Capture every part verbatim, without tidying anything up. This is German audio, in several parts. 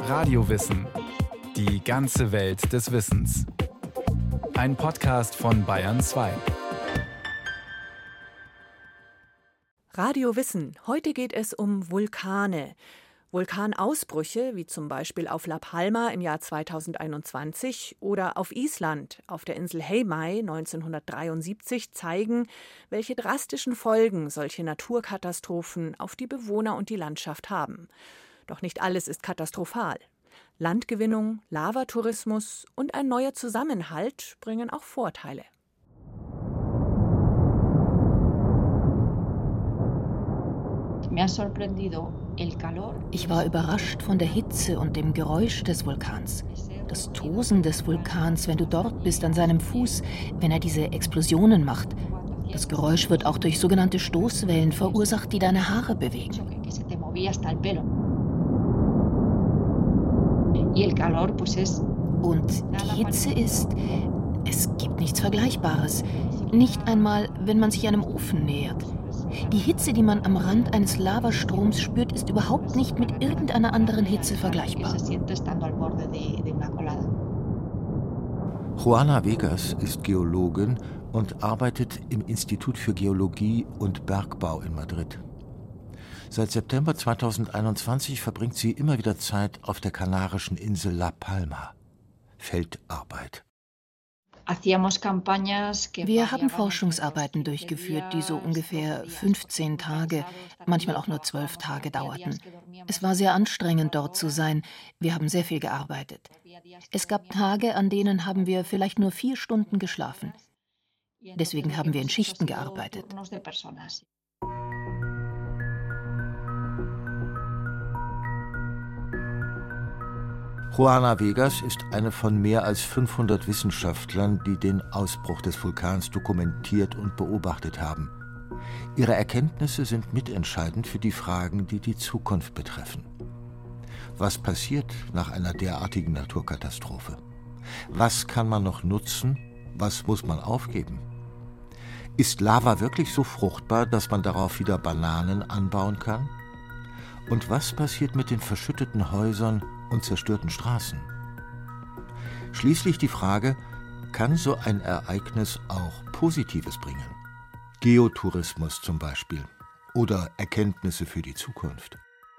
Radiowissen. Die ganze Welt des Wissens. Ein Podcast von Bayern zwei. Radio Wissen. Heute geht es um Vulkane. Vulkanausbrüche, wie zum Beispiel auf La Palma im Jahr zweitausendeinundzwanzig oder auf Island auf der Insel Heimaey neunzehnhundertdreiundsiebzig, zeigen, welche drastischen Folgen solche Naturkatastrophen auf die Bewohner und die Landschaft haben. Doch nicht alles ist katastrophal. Landgewinnung, Lavatourismus und ein neuer Zusammenhalt bringen auch Vorteile. Ich war überrascht von der Hitze und dem Geräusch des Vulkans. Das Tosen des Vulkans, wenn du dort bist, an seinem Fuß, wenn er diese Explosionen macht. Das Geräusch wird auch durch sogenannte Stoßwellen verursacht, die deine Haare bewegen. Und die Hitze ist, es gibt nichts Vergleichbares. Nicht einmal, wenn man sich einem Ofen nähert. Die Hitze, die man am Rand eines Lavastroms spürt, ist überhaupt nicht mit irgendeiner anderen Hitze vergleichbar. Juana Vegas ist Geologin und arbeitet im Institut für Geologie und Bergbau in Madrid. Seit September zweitausendeinundzwanzig verbringt sie immer wieder Zeit auf der kanarischen Insel La Palma. Feldarbeit. Wir haben Forschungsarbeiten durchgeführt, die so ungefähr fünfzehn Tage, manchmal auch nur zwölf Tage dauerten. Es war sehr anstrengend, dort zu sein. Wir haben sehr viel gearbeitet. Es gab Tage, an denen haben wir vielleicht nur vier Stunden geschlafen. Deswegen haben wir in Schichten gearbeitet. Juana Vegas ist eine von mehr als fünfhundert Wissenschaftlern, die den Ausbruch des Vulkans dokumentiert und beobachtet haben. Ihre Erkenntnisse sind mitentscheidend für die Fragen, die die Zukunft betreffen. Was passiert nach einer derartigen Naturkatastrophe? Was kann man noch nutzen? Was muss man aufgeben? Ist Lava wirklich so fruchtbar, dass man darauf wieder Bananen anbauen kann? Und was passiert mit den verschütteten Häusern und zerstörten Straßen? Schließlich die Frage, kann so ein Ereignis auch Positives bringen? Geotourismus zum Beispiel oder Erkenntnisse für die Zukunft?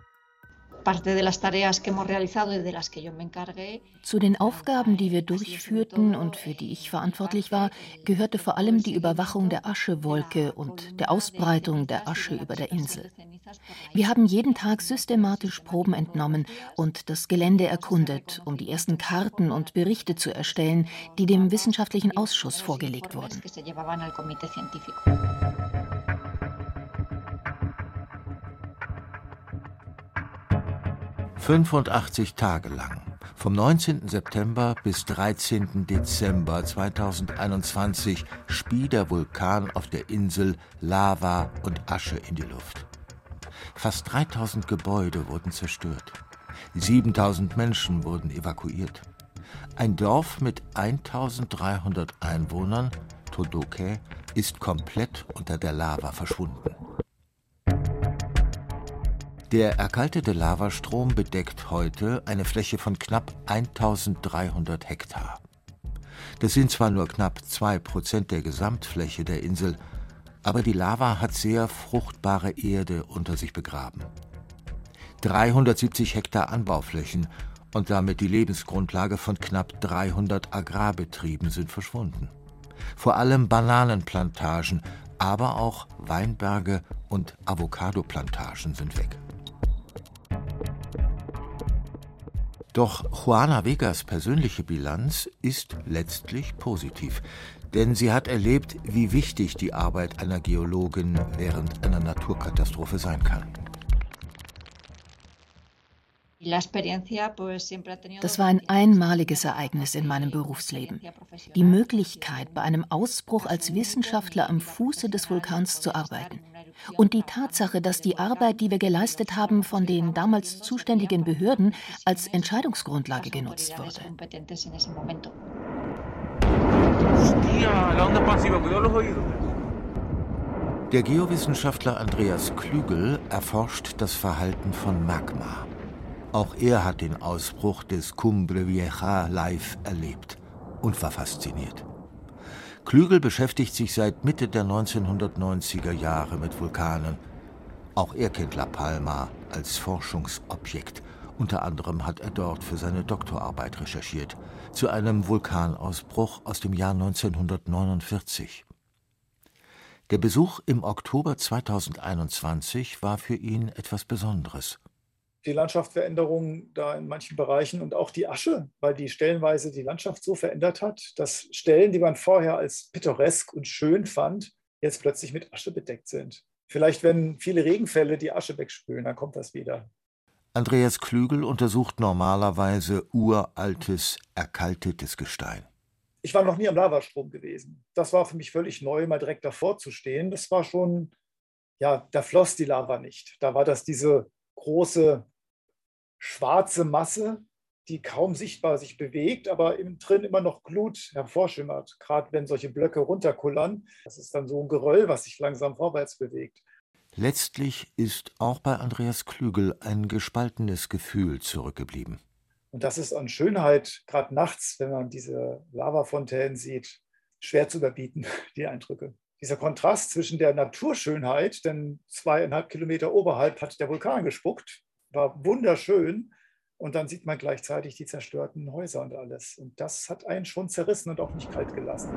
Zu den Aufgaben, die wir durchführten und für die ich verantwortlich war, gehörte vor allem die Überwachung der Aschewolke und der Ausbreitung der Asche über der Insel. Wir haben jeden Tag systematisch Proben entnommen und das Gelände erkundet, um die ersten Karten und Berichte zu erstellen, die dem wissenschaftlichen Ausschuss vorgelegt wurden. fünfundachtzig Tage lang, vom neunzehnten September bis dreizehnten Dezember zweitausendeinundzwanzig, spie der Vulkan auf der Insel Lava und Asche in die Luft. Fast dreitausend Gebäude wurden zerstört. siebentausend Menschen wurden evakuiert. Ein Dorf mit eintausenddreihundert Einwohnern, Todoque, ist komplett unter der Lava verschwunden. Der erkaltete Lavastrom bedeckt heute eine Fläche von knapp eintausenddreihundert Hektar. Das sind zwar nur knapp zwei Prozent der Gesamtfläche der Insel, aber die Lava hat sehr fruchtbare Erde unter sich begraben. dreihundertsiebzig Hektar Anbauflächen und damit die Lebensgrundlage von knapp dreihundert Agrarbetrieben sind verschwunden. Vor allem Bananenplantagen, aber auch Weinberge und Avocadoplantagen sind weg. Doch Juana Vegas' persönliche Bilanz ist letztlich positiv, denn sie hat erlebt, wie wichtig die Arbeit einer Geologin während einer Naturkatastrophe sein kann. Das war ein einmaliges Ereignis in meinem Berufsleben. Die Möglichkeit, bei einem Ausbruch als Wissenschaftler am Fuße des Vulkans zu arbeiten. Und die Tatsache, dass die Arbeit, die wir geleistet haben, von den damals zuständigen Behörden als Entscheidungsgrundlage genutzt wurde. Der Geowissenschaftler Andreas Klügel erforscht das Verhalten von Magma. Auch er hat den Ausbruch des Cumbre Vieja live erlebt und war fasziniert. Klügel beschäftigt sich seit Mitte der neunzehnhundertneunziger Jahre mit Vulkanen. Auch er kennt La Palma als Forschungsobjekt. Unter anderem hat er dort für seine Doktorarbeit recherchiert, zu einem Vulkanausbruch aus dem Jahr neunzehnhundertneunundvierzig. Der Besuch im Oktober zweitausendeinundzwanzig war für ihn etwas Besonderes. Die Landschaftsveränderungen da in manchen Bereichen und auch die Asche, weil die stellenweise die Landschaft so verändert hat, dass Stellen, die man vorher als pittoresk und schön fand, jetzt plötzlich mit Asche bedeckt sind. Vielleicht, wenn viele Regenfälle die Asche wegspülen, dann kommt das wieder. Andreas Klügel untersucht normalerweise uraltes, erkaltetes Gestein. Ich war noch nie am Lavastrom gewesen. Das war für mich völlig neu, mal direkt davor zu stehen. Das war schon, ja, da floss die Lava nicht. Da war das diese große schwarze Masse, die kaum sichtbar sich bewegt, aber innen drin immer noch Glut hervorschimmert, gerade wenn solche Blöcke runterkullern. Das ist dann so ein Geröll, was sich langsam vorwärts bewegt. Letztlich ist auch bei Andreas Klügel ein gespaltenes Gefühl zurückgeblieben. Und das ist an Schönheit, gerade nachts, wenn man diese Lavafontänen sieht, schwer zu überbieten, die Eindrücke. Dieser Kontrast zwischen der Naturschönheit, denn zweieinhalb Kilometer oberhalb hat der Vulkan gespuckt, war wunderschön. Und dann sieht man gleichzeitig die zerstörten Häuser und alles. Und das hat einen schon zerrissen und auch nicht kalt gelassen.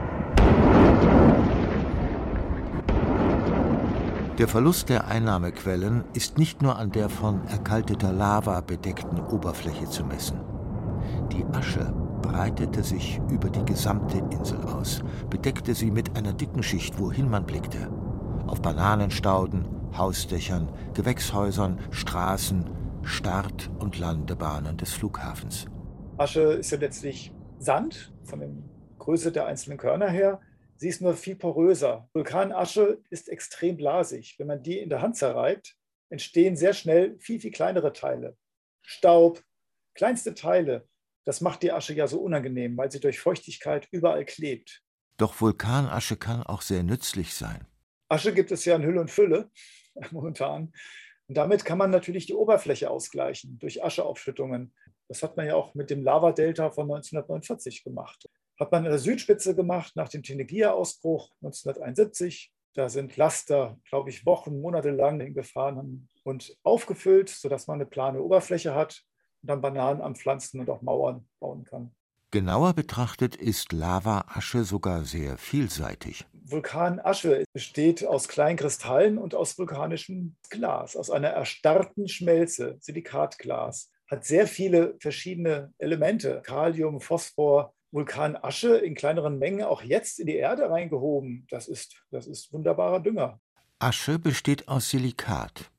Der Verlust der Einnahmequellen ist nicht nur an der von erkalteter Lava bedeckten Oberfläche zu messen. Die Asche breitete sich über die gesamte Insel aus, bedeckte sie mit einer dicken Schicht, wohin man blickte. Auf Bananenstauden, Hausdächern, Gewächshäusern, Straßen, Start- und Landebahnen des Flughafens. Asche ist ja letztlich Sand, von der Größe der einzelnen Körner her. Sie ist nur viel poröser. Vulkanasche ist extrem blasig. Wenn man die in der Hand zerreibt, entstehen sehr schnell viel, viel kleinere Teile. Staub, kleinste Teile. Das macht die Asche ja so unangenehm, weil sie durch Feuchtigkeit überall klebt. Doch Vulkanasche kann auch sehr nützlich sein. Asche gibt es ja in Hülle und Fülle momentan. Und damit kann man natürlich die Oberfläche ausgleichen durch Ascheaufschüttungen. Das hat man ja auch mit dem Lavadelta von neunzehnhundertneunundvierzig gemacht. Hat man an der Südspitze gemacht nach dem Tenegea-Ausbruch neunzehnhunderteinundsiebzig. Da sind Laster, glaube ich, Wochen, Monate lang hingefahren und aufgefüllt, sodass man eine plane Oberfläche hat und dann Bananen anpflanzen und auch Mauern bauen kann. Genauer betrachtet ist Lavaasche sogar sehr vielseitig. Vulkanasche besteht aus kleinen Kristallen und aus vulkanischem Glas, aus einer erstarrten Schmelze, Silikatglas. Hat sehr viele verschiedene Elemente, Kalium, Phosphor. Vulkanasche in kleineren Mengen auch jetzt in die Erde reingehoben. Das ist, das ist wunderbarer Dünger. Asche besteht aus Silikat.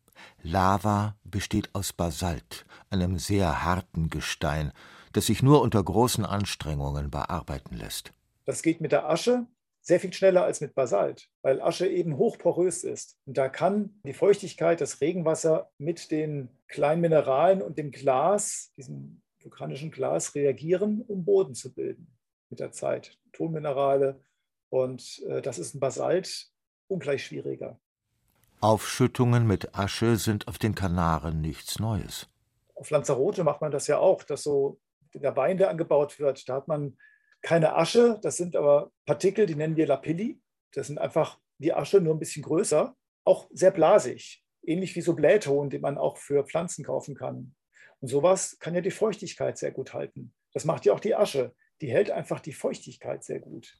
Lava besteht aus Basalt, einem sehr harten Gestein, das sich nur unter großen Anstrengungen bearbeiten lässt. Das geht mit der Asche sehr viel schneller als mit Basalt, weil Asche eben hochporös ist. Und da kann die Feuchtigkeit, das Regenwasser mit den kleinen Mineralen und dem Glas, diesem vulkanischen Glas, reagieren, um Boden zu bilden mit der Zeit. Tonminerale, und äh, das ist ein Basalt ungleich schwieriger. Aufschüttungen mit Asche sind auf den Kanaren nichts Neues. Auf Lanzarote macht man das ja auch, dass so der Wein, der angebaut wird, da hat man keine Asche, das sind aber Partikel, die nennen wir Lapilli. Das sind einfach die Asche, nur ein bisschen größer, auch sehr blasig, ähnlich wie so Blähton, den man auch für Pflanzen kaufen kann. Und sowas kann ja die Feuchtigkeit sehr gut halten. Das macht ja auch die Asche. Die hält einfach die Feuchtigkeit sehr gut.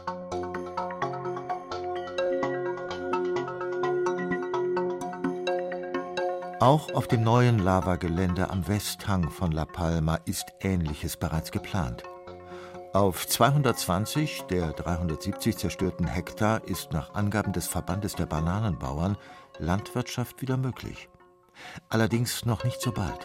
Auch auf dem neuen Lavagelände am Westhang von La Palma ist Ähnliches bereits geplant. Auf zweihundertzwanzig der dreihundertsiebzig zerstörten Hektar ist nach Angaben des Verbandes der Bananenbauern Landwirtschaft wieder möglich. Allerdings noch nicht so bald.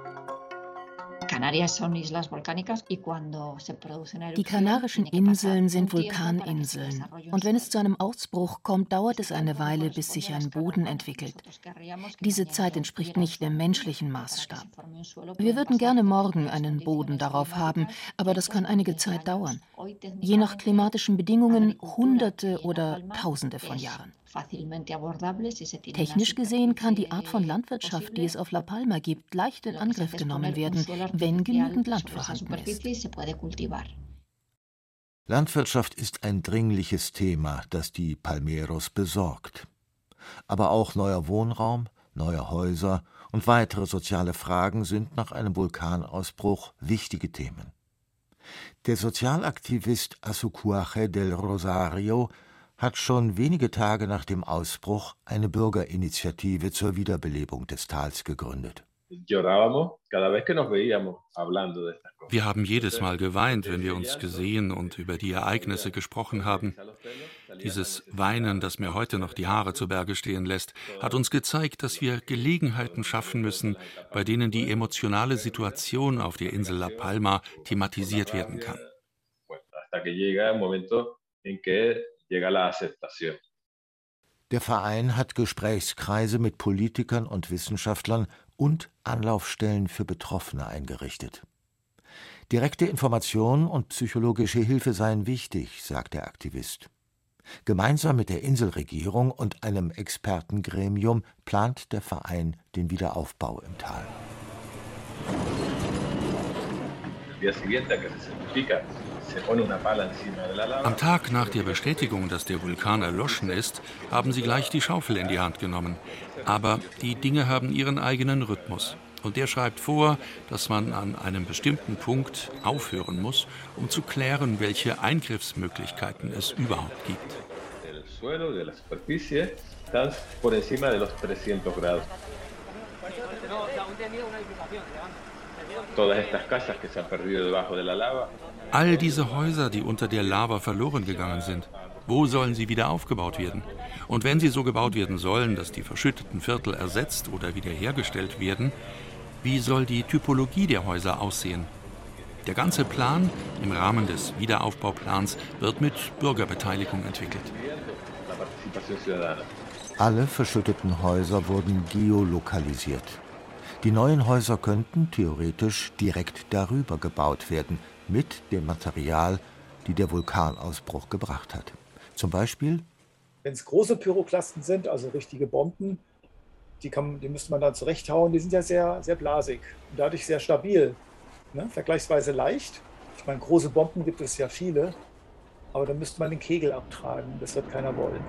Die Kanarischen Inseln sind Vulkaninseln. Und wenn es zu einem Ausbruch kommt, dauert es eine Weile, bis sich ein Boden entwickelt. Diese Zeit entspricht nicht dem menschlichen Maßstab. Wir würden gerne morgen einen Boden darauf haben, aber das kann einige Zeit dauern. Je nach klimatischen Bedingungen Hunderte oder Tausende von Jahren. Technisch gesehen kann die Art von Landwirtschaft, die es auf La Palma gibt, leicht in Angriff genommen werden, wenn genügend Land vorhanden ist. Landwirtschaft ist ein dringliches Thema, das die Palmeros besorgt. Aber auch neuer Wohnraum, neue Häuser und weitere soziale Fragen sind nach einem Vulkanausbruch wichtige Themen. Der Sozialaktivist Azucuaje del Rosario hat schon wenige Tage nach dem Ausbruch eine Bürgerinitiative zur Wiederbelebung des Tals gegründet. Wir haben jedes Mal geweint, wenn wir uns gesehen und über die Ereignisse gesprochen haben. Dieses Weinen, das mir heute noch die Haare zu Berge stehen lässt, hat uns gezeigt, dass wir Gelegenheiten schaffen müssen, bei denen die emotionale Situation auf der Insel La Palma thematisiert werden kann. Der Verein hat Gesprächskreise mit Politikern und Wissenschaftlern und Anlaufstellen für Betroffene eingerichtet. Direkte Information und psychologische Hilfe seien wichtig, sagt der Aktivist. Gemeinsam mit der Inselregierung und einem Expertengremium plant der Verein den Wiederaufbau im Tal. Am Tag nach der Bestätigung, dass der Vulkan erloschen ist, haben sie gleich die Schaufel in die Hand genommen. Aber die Dinge haben ihren eigenen Rhythmus. Und der schreibt vor, dass man an einem bestimmten Punkt aufhören muss, um zu klären, welche Eingriffsmöglichkeiten es überhaupt gibt. All diese Häuser, die unter der Lava verloren gegangen sind, wo sollen sie wieder aufgebaut werden? Und wenn sie so gebaut werden sollen, dass die verschütteten Viertel ersetzt oder wiederhergestellt werden, wie soll die Typologie der Häuser aussehen? Der ganze Plan im Rahmen des Wiederaufbauplans wird mit Bürgerbeteiligung entwickelt. Alle verschütteten Häuser wurden geolokalisiert. Die neuen Häuser könnten theoretisch direkt darüber gebaut werden, mit dem Material, die der Vulkanausbruch gebracht hat. Zum Beispiel, wenn es große Pyroklasten sind, also richtige Bomben, die, kann, die müsste man dann zurechthauen, die sind ja sehr, sehr blasig und dadurch sehr stabil, ne? Vergleichsweise leicht. Ich meine, große Bomben gibt es ja viele, aber dann müsste man den Kegel abtragen, das wird keiner wollen.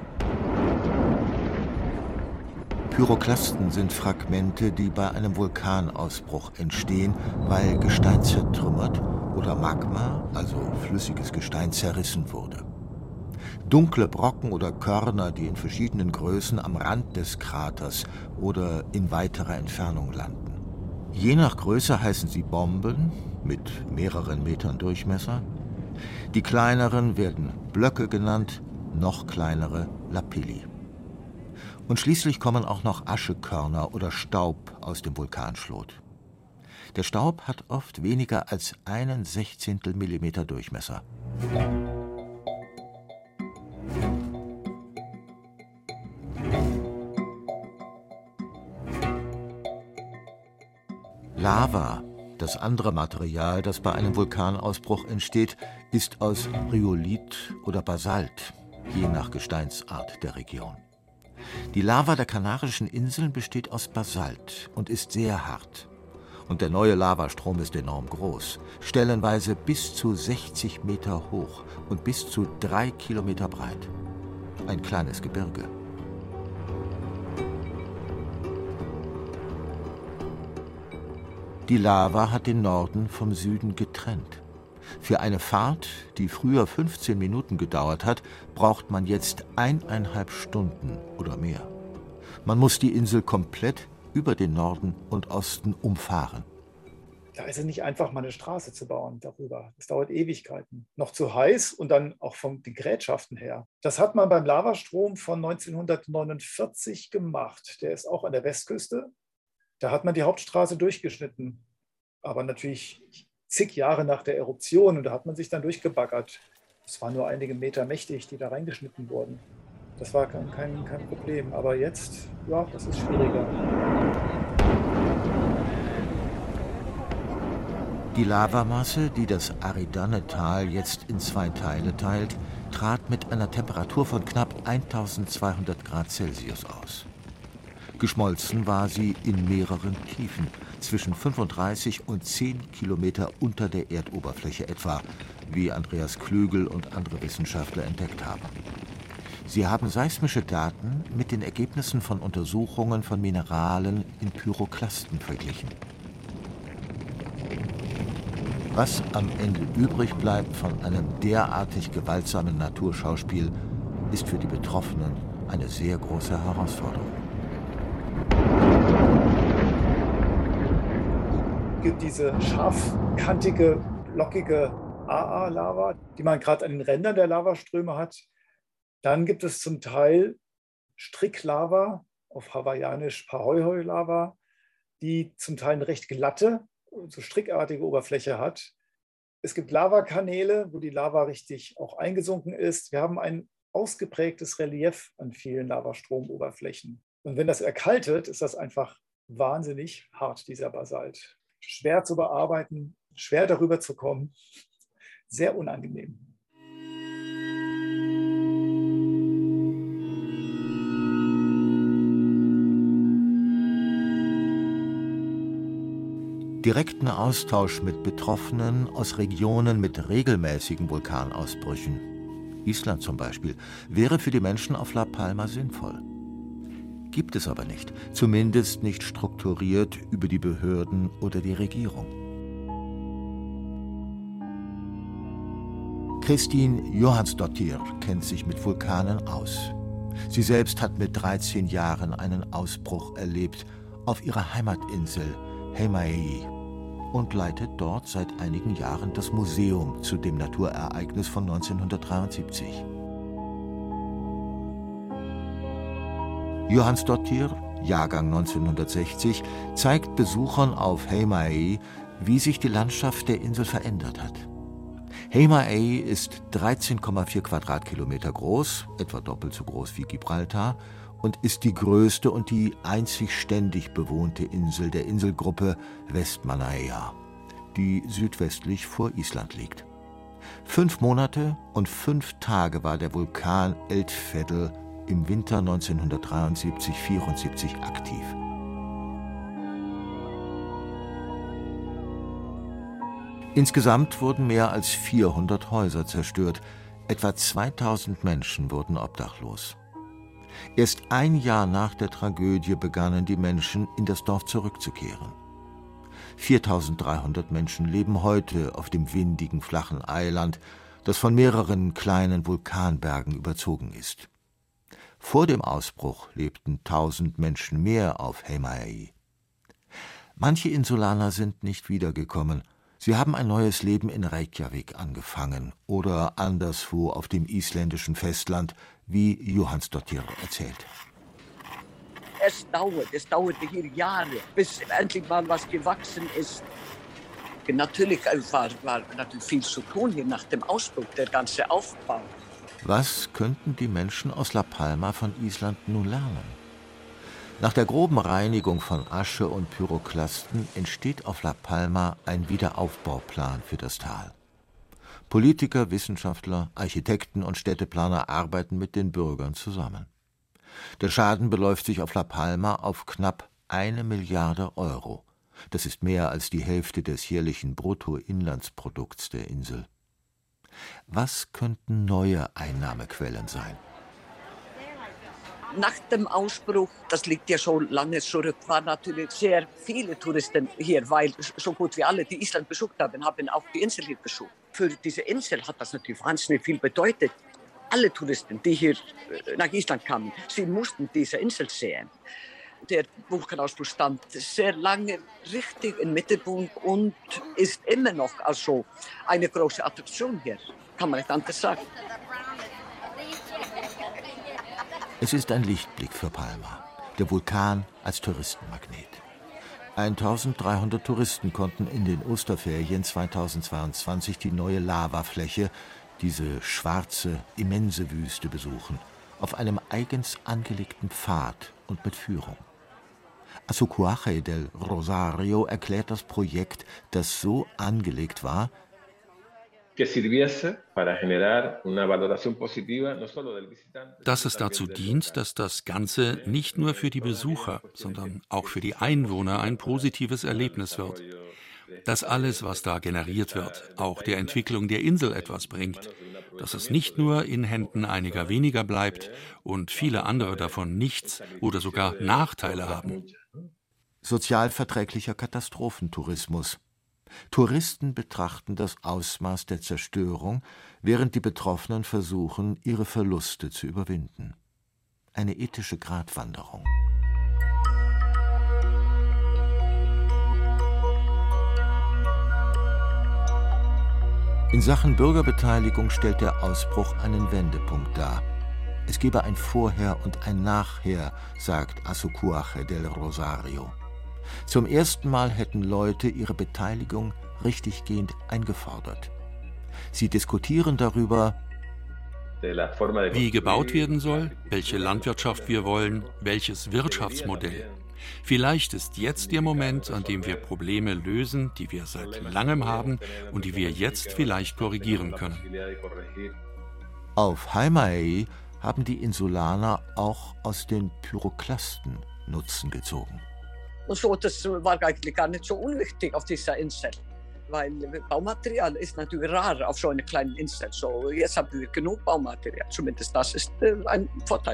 Pyroklasten sind Fragmente, die bei einem Vulkanausbruch entstehen, weil Gestein zertrümmert oder Magma, also flüssiges Gestein, zerrissen wurde. Dunkle Brocken oder Körner, die in verschiedenen Größen am Rand des Kraters oder in weiterer Entfernung landen. Je nach Größe heißen sie Bomben mit mehreren Metern Durchmesser. Die kleineren werden Blöcke genannt, noch kleinere Lapilli. Und schließlich kommen auch noch Aschekörner oder Staub aus dem Vulkanschlot. Der Staub hat oft weniger als einen Sechzehntel Millimeter Durchmesser. Lava, das andere Material, das bei einem Vulkanausbruch entsteht, ist aus Rhyolith oder Basalt, je nach Gesteinsart der Region. Die Lava der Kanarischen Inseln besteht aus Basalt und ist sehr hart. Und der neue Lavastrom ist enorm groß, stellenweise bis zu sechzig Meter hoch und bis zu drei Kilometer breit. Ein kleines Gebirge. Die Lava hat den Norden vom Süden getrennt. Für eine Fahrt, die früher fünfzehn Minuten gedauert hat, braucht man jetzt eineinhalb Stunden oder mehr. Man muss die Insel komplett über den Norden und Osten umfahren. Da ist es nicht einfach, mal eine Straße zu bauen darüber. Das dauert Ewigkeiten. Noch zu heiß und dann auch von den Gerätschaften her. Das hat man beim Lavastrom von neunzehnhundertneunundvierzig gemacht. Der ist auch an der Westküste. Da hat man die Hauptstraße durchgeschnitten. Aber natürlich zig Jahre nach der Eruption. Und da hat man sich dann durchgebaggert. Es waren nur einige Meter mächtig, die da reingeschnitten wurden. Das war kein, kein, kein Problem. Aber jetzt, ja, das ist schwieriger. Die Lavamasse, die das Aridane-Tal jetzt in zwei Teile teilt, trat mit einer Temperatur von knapp eintausendzweihundert Grad Celsius aus. Geschmolzen war sie in mehreren Tiefen, zwischen fünfunddreißig und zehn Kilometer unter der Erdoberfläche etwa, wie Andreas Klögel und andere Wissenschaftler entdeckt haben. Sie haben seismische Daten mit den Ergebnissen von Untersuchungen von Mineralen in Pyroklasten verglichen. Was am Ende übrig bleibt von einem derartig gewaltsamen Naturschauspiel, ist für die Betroffenen eine sehr große Herausforderung. Es gibt diese scharfkantige, lockige A A-Lava, die man gerade an den Rändern der Lavaströme hat. Dann gibt es zum Teil Stricklava, auf Hawaiianisch Pahoehoe-Lava, die zum Teil eine recht glatte, so strickartige Oberfläche hat. Es gibt Lavakanäle, wo die Lava richtig auch eingesunken ist. Wir haben ein ausgeprägtes Relief an vielen Lavastromoberflächen. Und wenn das erkaltet, ist das einfach wahnsinnig hart, dieser Basalt. Schwer zu bearbeiten, schwer darüber zu kommen, sehr unangenehm. Direkten Austausch mit Betroffenen aus Regionen mit regelmäßigen Vulkanausbrüchen, Island zum Beispiel, wäre für die Menschen auf La Palma sinnvoll. Gibt es aber nicht, zumindest nicht strukturiert über die Behörden oder die Regierung. Kristín Jóhannsdóttir kennt sich mit Vulkanen aus. Sie selbst hat mit dreizehn Jahren einen Ausbruch erlebt auf ihrer Heimatinsel Heimaey und leitet dort seit einigen Jahren das Museum zu dem Naturereignis von neunzehnhundertdreiundsiebzig. Jóhannsdóttir, Jahrgang neunzehnhundertsechzig, zeigt Besuchern auf Heimaey, wie sich die Landschaft der Insel verändert hat. Heimaey ist dreizehn Komma vier Quadratkilometer groß, etwa doppelt so groß wie Gibraltar, und ist die größte und die einzig ständig bewohnte Insel der Inselgruppe Vestmannaeyja, die südwestlich vor Island liegt. Fünf Monate und fünf Tage war der Vulkan Eldfjall im Winter neunzehnhundertdreiundsiebzig vierundsiebzig aktiv. Insgesamt wurden mehr als vierhundert Häuser zerstört, etwa zweitausend Menschen wurden obdachlos. Erst ein Jahr nach der Tragödie begannen die Menschen, in das Dorf zurückzukehren. viertausenddreihundert Menschen leben heute auf dem windigen, flachen Eiland, das von mehreren kleinen Vulkanbergen überzogen ist. Vor dem Ausbruch lebten tausend Menschen mehr auf Heimaey. Manche Insulaner sind nicht wiedergekommen. Sie haben ein neues Leben in Reykjavik angefangen oder anderswo auf dem isländischen Festland, wie Jóhannsdóttir erzählt. Es dauert, es dauerte hier Jahre, bis endlich mal was gewachsen ist. Natürlich war, war natürlich viel zu tun hier nach dem Ausbruch, der ganze Aufbau. Was könnten die Menschen aus La Palma von Island nun lernen? Nach der groben Reinigung von Asche und Pyroklasten entsteht auf La Palma ein Wiederaufbauplan für das Tal. Politiker, Wissenschaftler, Architekten und Städteplaner arbeiten mit den Bürgern zusammen. Der Schaden beläuft sich auf La Palma auf knapp eine Milliarde Euro. Das ist mehr als die Hälfte des jährlichen Bruttoinlandsprodukts der Insel. Was könnten neue Einnahmequellen sein? Nach dem Ausbruch, das liegt ja schon lange zurück, waren natürlich sehr viele Touristen hier, weil so gut wie alle, die Island besucht haben, haben auch die Insel hier besucht. Für diese Insel hat das natürlich wahnsinnig viel bedeutet. Alle Touristen, die hier nach Island kamen, sie mussten diese Insel sehen. Der Vulkanausbruch stand sehr lange richtig im Mittelpunkt und ist immer noch also eine große Attraktion hier, kann man nicht anders sagen. Es ist ein Lichtblick für Palma, der Vulkan als Touristenmagnet. eintausenddreihundert Touristen konnten in den Osterferien zweitausendzweiundzwanzig die neue Lavafläche, diese schwarze, immense Wüste besuchen, auf einem eigens angelegten Pfad und mit Führung. Azuquaje del Rosario erklärt das Projekt, das so angelegt war: Dass es dazu dient, dass das Ganze nicht nur für die Besucher, sondern auch für die Einwohner ein positives Erlebnis wird. Dass alles, was da generiert wird, auch der Entwicklung der Insel etwas bringt. Dass es nicht nur in Händen einiger weniger bleibt und viele andere davon nichts oder sogar Nachteile haben. Sozialverträglicher Katastrophentourismus. Touristen betrachten das Ausmaß der Zerstörung, während die Betroffenen versuchen, ihre Verluste zu überwinden. Eine ethische Gratwanderung. In Sachen Bürgerbeteiligung stellt der Ausbruch einen Wendepunkt dar. Es gebe ein Vorher und ein Nachher, sagt Asuquaje del Rosario. Zum ersten Mal hätten Leute ihre Beteiligung richtiggehend eingefordert. Sie diskutieren darüber, wie gebaut werden soll, welche Landwirtschaft wir wollen, welches Wirtschaftsmodell. Vielleicht ist jetzt der Moment, an dem wir Probleme lösen, die wir seit langem haben und die wir jetzt vielleicht korrigieren können. Auf Heimaey haben die Insulaner auch aus den Pyroklasten Nutzen gezogen. Und so, das war eigentlich gar nicht so unwichtig auf dieser Insel, weil Baumaterial ist natürlich rar auf so einer kleinen Insel. So, jetzt haben wir genug Baumaterial, zumindest das ist ein Vorteil.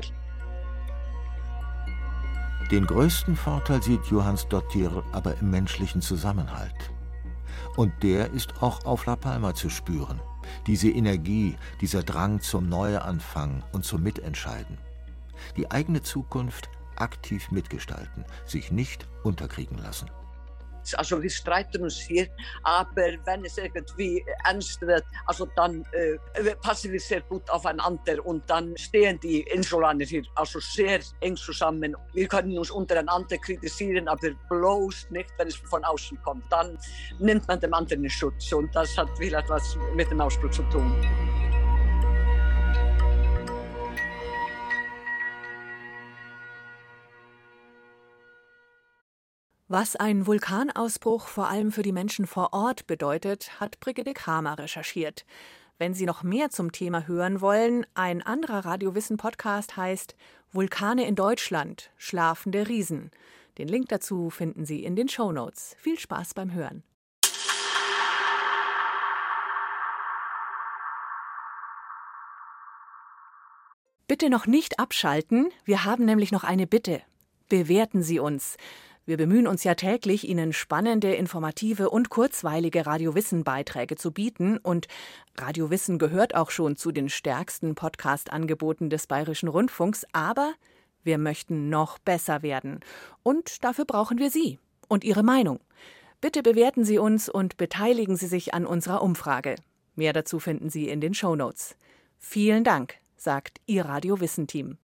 Den größten Vorteil sieht Jóhannsdóttir aber im menschlichen Zusammenhalt. Und der ist auch auf La Palma zu spüren. Diese Energie, dieser Drang zum Neuanfang und zum Mitentscheiden. Die eigene Zukunft aktiv mitgestalten, sich nicht unterkriegen lassen. Also wir streiten uns hier, aber wenn es irgendwie ernst wird, also dann äh, passen wir sehr gut aufeinander und dann stehen die Insulaner hier also sehr eng zusammen. Wir können uns untereinander kritisieren, aber bloß nicht, wenn es von außen kommt. Dann nimmt man dem anderen den Schutz und das hat vielleicht was mit dem Ausbruch zu tun. Was ein Vulkanausbruch vor allem für die Menschen vor Ort bedeutet, hat Brigitte Kramer recherchiert. Wenn Sie noch mehr zum Thema hören wollen, ein anderer Radio-Wissen-Podcast heißt Vulkane in Deutschland – Schlafende Riesen. Den Link dazu finden Sie in den Shownotes. Viel Spaß beim Hören. Bitte noch nicht abschalten, wir haben nämlich noch eine Bitte. Bewerten Sie uns. Wir bemühen uns ja täglich, Ihnen spannende, informative und kurzweilige Radio-Wissen-Beiträge zu bieten. Und Radio Wissen gehört auch schon zu den stärksten Podcast-Angeboten des Bayerischen Rundfunks. Aber wir möchten noch besser werden. Und dafür brauchen wir Sie und Ihre Meinung. Bitte bewerten Sie uns und beteiligen Sie sich an unserer Umfrage. Mehr dazu finden Sie in den Shownotes. Vielen Dank, sagt Ihr Radio-Wissen-Team.